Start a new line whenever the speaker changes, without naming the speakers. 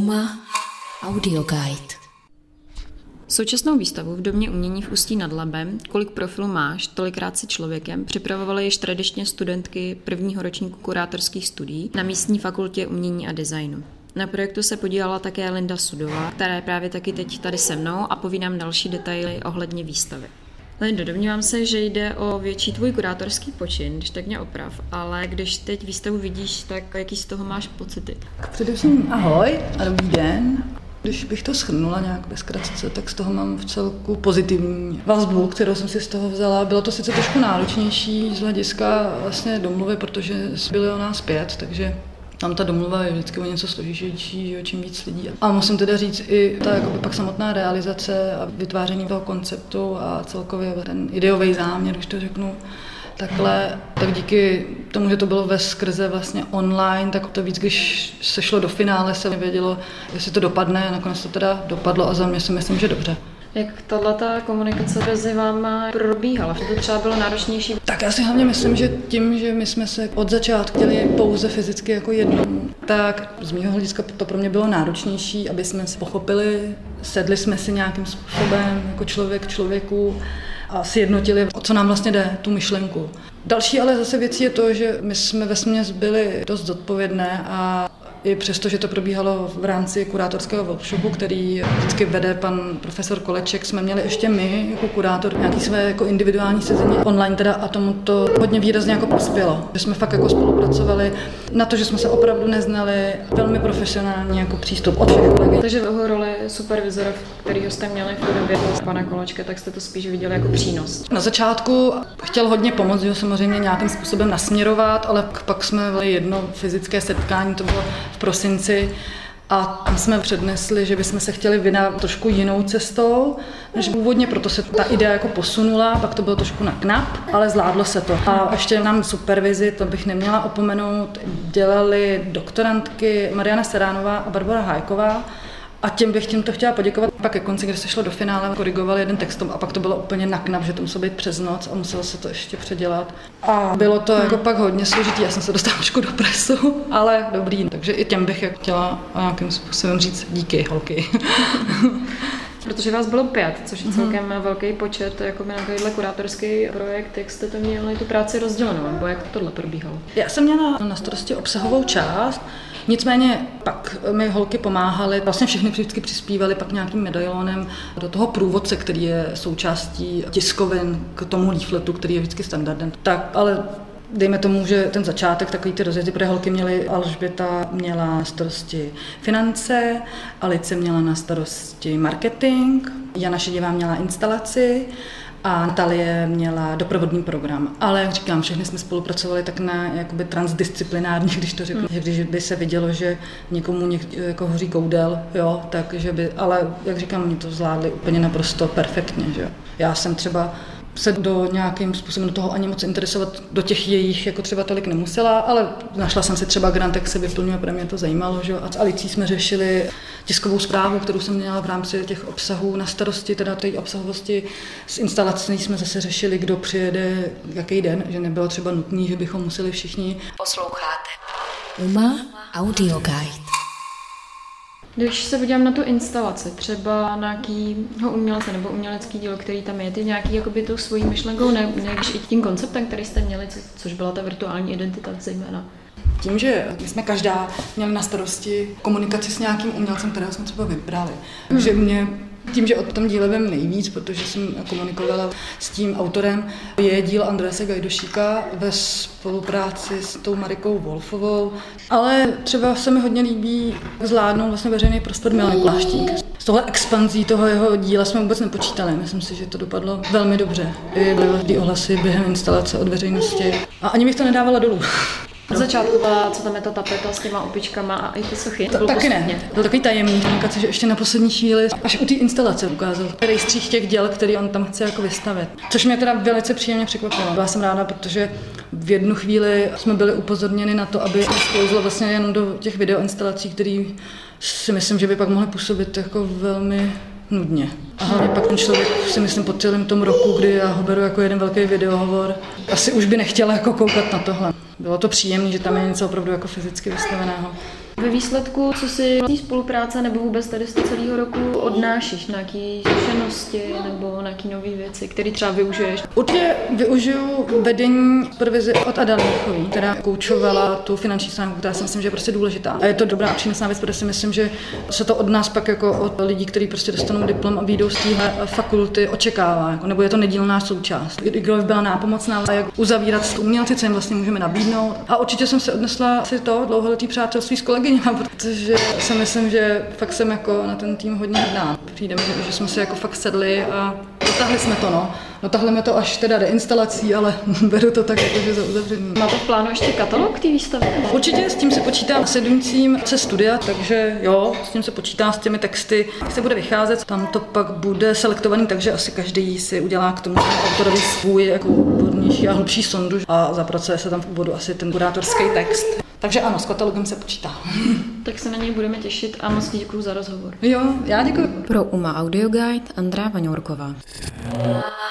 UMA Audio Guide.
Současnou výstavu v Domě umění v Ústí nad Labem Kolik profilů máš, tolikrát si člověkem připravovaly již tradičně studentky prvního ročníku kurátorských studií na místní fakultě umění a designu. Na projektu se podílela také Linda Sudová, která je právě taky teď tady se mnou a povídám další detaily ohledně výstavy. Lindo, domnívám se, že jde o větší tvůj kurátorský počin, když tak mě oprav, ale když teď výstavu vidíš, tak jaký z toho máš pocity?
Především ahoj a dobrý den. Když bych to shrnula nějak ve zkratce, tak z toho mám v celku pozitivní vazbu, kterou jsem si z toho vzala. Bylo to sice trošku náročnější z hlediska vlastně domluvy, protože bylo nás 5, takže tam ta domluva je vždycky o něco složitější, čím víc lidí. A musím teda říct i ta jakoby pak samotná realizace a vytváření toho konceptu a celkově ten ideový záměr, když to řeknu takhle, tak díky tomu, že to bylo veskrze vlastně online, tak to víc, když se šlo do finále, se nevědělo, jestli to dopadne, a nakonec to teda dopadlo a za mě si myslím, že dobře.
Jak tato komunikace mezi váma probíhala? To třeba bylo náročnější?
Tak já si hlavně myslím, že tím, že my jsme se od začátku chtěli pouze fyzicky jako jednou, tak z mého hlediska to pro mě bylo náročnější, aby jsme se pochopili, sedli jsme si nějakým způsobem jako člověk k člověku a sjednotili, o co nám vlastně jde, tu myšlenku. Další ale zase věcí je to, že my jsme vesměs byli dost zodpovědné a i přesto, že to probíhalo v rámci kurátorského workshopu, který vždycky vede pan profesor Koleček, jsme měli ještě my jako kurátor nějaký své jako individuální sezení online teda a tomu to hodně výrazně jako prospělo. Že jsme fakt jako spolupracovali na to, že jsme se opravdu neznali, velmi profesionální jako přístup od všech kolegů.
Takže v roli supervizora, kterýho jste měli v té době pana Kolečka, tak jste to spíš viděli jako přínos.
Na začátku chtěl hodně pomoct, že samozřejmě nějakým způsobem nasměrovat, ale pak jsme měli jedno fyzické setkání, to bylo v prosinci a tam jsme přednesli, že bychom se chtěli vydat trošku jinou cestou, než původně, proto se ta idea jako posunula, pak to bylo trošku na knap, ale zvládlo se to. A ještě nám supervizi, to bych neměla opomenout, dělali doktorantky Mariana Seránová a Barbara Hájková. A těm bych tímto chtěla poděkovat. Pak ke konci, když se šlo do finále, korigovali jeden text a pak to bylo úplně na knap, že to muselo být přes noc a muselo se to ještě předělat. A bylo to jako pak hodně složitý, já jsem se dostala trošku do presu, ale dobrý. Takže i těm bych chtěla nějakým způsobem říct díky, holky.
Protože vás bylo 5, což je celkem velký počet, jako na takovýhle kurátorský projekt, jak jste to měli tu práci rozdělenou, nebo jak tohle probíhalo?
Já jsem měla na starosti obsahovou část, nicméně pak mi holky pomáhaly, vlastně všechny vždycky přispívaly pak nějakým medailonem do toho průvodce, který je součástí tiskovin k tomu leafletu, který je vždycky standardem. Tak, ale dejme tomu, že ten začátek, takový ty rozjezdy, protože holky měly, Alžběta měla na starosti finance, Alice měla na starosti marketing, Jana Šedivá měla instalaci a Natalie měla doprovodný program. Ale jak říkám, všechny jsme spolupracovali tak na jakoby transdisciplinární, když to řeknu. Že když by se vidělo, že někomu jako hoří koudel, jo, takže by, ale jak říkám, oni to zvládli úplně naprosto perfektně, že jo. Já jsem třeba se do nějakým způsobem do toho ani moc interesovat, do těch jejich jako třeba tolik nemusela, ale našla jsem si třeba grant, jak se vyplňuje, protože mě to zajímalo, že? A s Alicí jsme řešili tiskovou zprávu, kterou jsem měla v rámci těch obsahů na starosti, teda té obsahovosti. S instalací jsme zase řešili, kdo přijede, jaký den, že nebylo třeba nutný, že bychom museli všichni.
Posloucháte UMA Audio Guide.
Když se podívám na tu instalaci, třeba na nějakýho umělce nebo umělecký dílo, který tam je, ty nějaký jakoby tou svojí myšlenkou, ne i tím konceptem, který jste měli, což byla ta virtuální identita zejména.
Tím, že my jsme každá měli na starosti komunikaci s nějakým umělcem, kterého jsme třeba vybrali. Takže tím, že o tom díle vím nejvíc, protože jsem komunikovala s tím autorem, je díl Andrease Gajdošíka ve spolupráci s tou Marikou Wolfovou, ale třeba se mi hodně líbí zvládnout vlastně veřejný prostor Milan Pláštík. S tohle expanzí toho jeho díla jsme vůbec nepočítali. Myslím si, že to dopadlo velmi dobře. Byly ohlasy během instalace od veřejnosti a ani bych to nedávala dolů.
Na začátku byla, co tam je ta tapeta s těma opičkama a i ty sochy.
To taky ne. Byl takový tajemný komunikace, že ještě na poslední chvíli, až u té instalace ukázal rejstřík těch děl, který on tam chce jako vystavit. Což mě teda velice příjemně překvapilo. Byla jsem ráda, protože v jednu chvíli jsme byli upozorněni na to, aby sklouzlo vlastně jenom do těch videoinstalací, které si myslím, že by pak mohly působit jako velmi nudně. A hlavně pak ten člověk si myslím po celém tom roku, kdy já ho beru jako jeden velký videohovor, asi už by nechtěla jako koukat na tohle. Bylo to příjemné, že tam je něco opravdu jako fyzicky vystaveného.
Ve výsledku, co si z spolupráce nebo vůbec tady z celého roku odnášíš, nějaké zkušenosti nebo nějaké nové věci, které třeba využiješ?
Určitě využiju vedení supervize od Adely Michový, která koučovala tu finanční stránku, která si myslím, že je prostě důležitá. A je to dobrá a přínosná věc, protože si myslím, že se to od nás pak jako od lidí, kteří prostě dostanou diplom a vyjdou z téhle fakulty, očekává, jako, nebo je to nedílná součást. Kdykoliv byla nápomocná, jak uzavírat s umělci, co jim vlastně můžeme nabídnout. A určitě jsem se odnesla si to dlouholetý přátelství s kolegyněmi, protože si myslím, že fakt jsem jako na ten tým hodně hrdá. Přijde mi, že jsme se jako fakt sedli a dotáhli jsme to, no. Dotáhli to až teda deinstalací, ale beru to tak, jako, že za uzavření.
Máte v plánu ještě katalog té výstavy?
Určitě s tím se počítá sedmcím se studia, takže jo, s tím se počítá, s těmi texty, jak se bude vycházet. Tam to pak bude selektovaný, takže asi každý si udělá k tomu autorovi svůj jako odbornější a hlubší sondu a zapracuje se tam v úvodu asi ten kurátorský text. Takže ano, s katalogem se počítá.
Tak se na něj budeme těšit a moc děkuju za rozhovor.
Jo, já děkuji.
Pro UMA Audio Guide Andrea Vaňourková.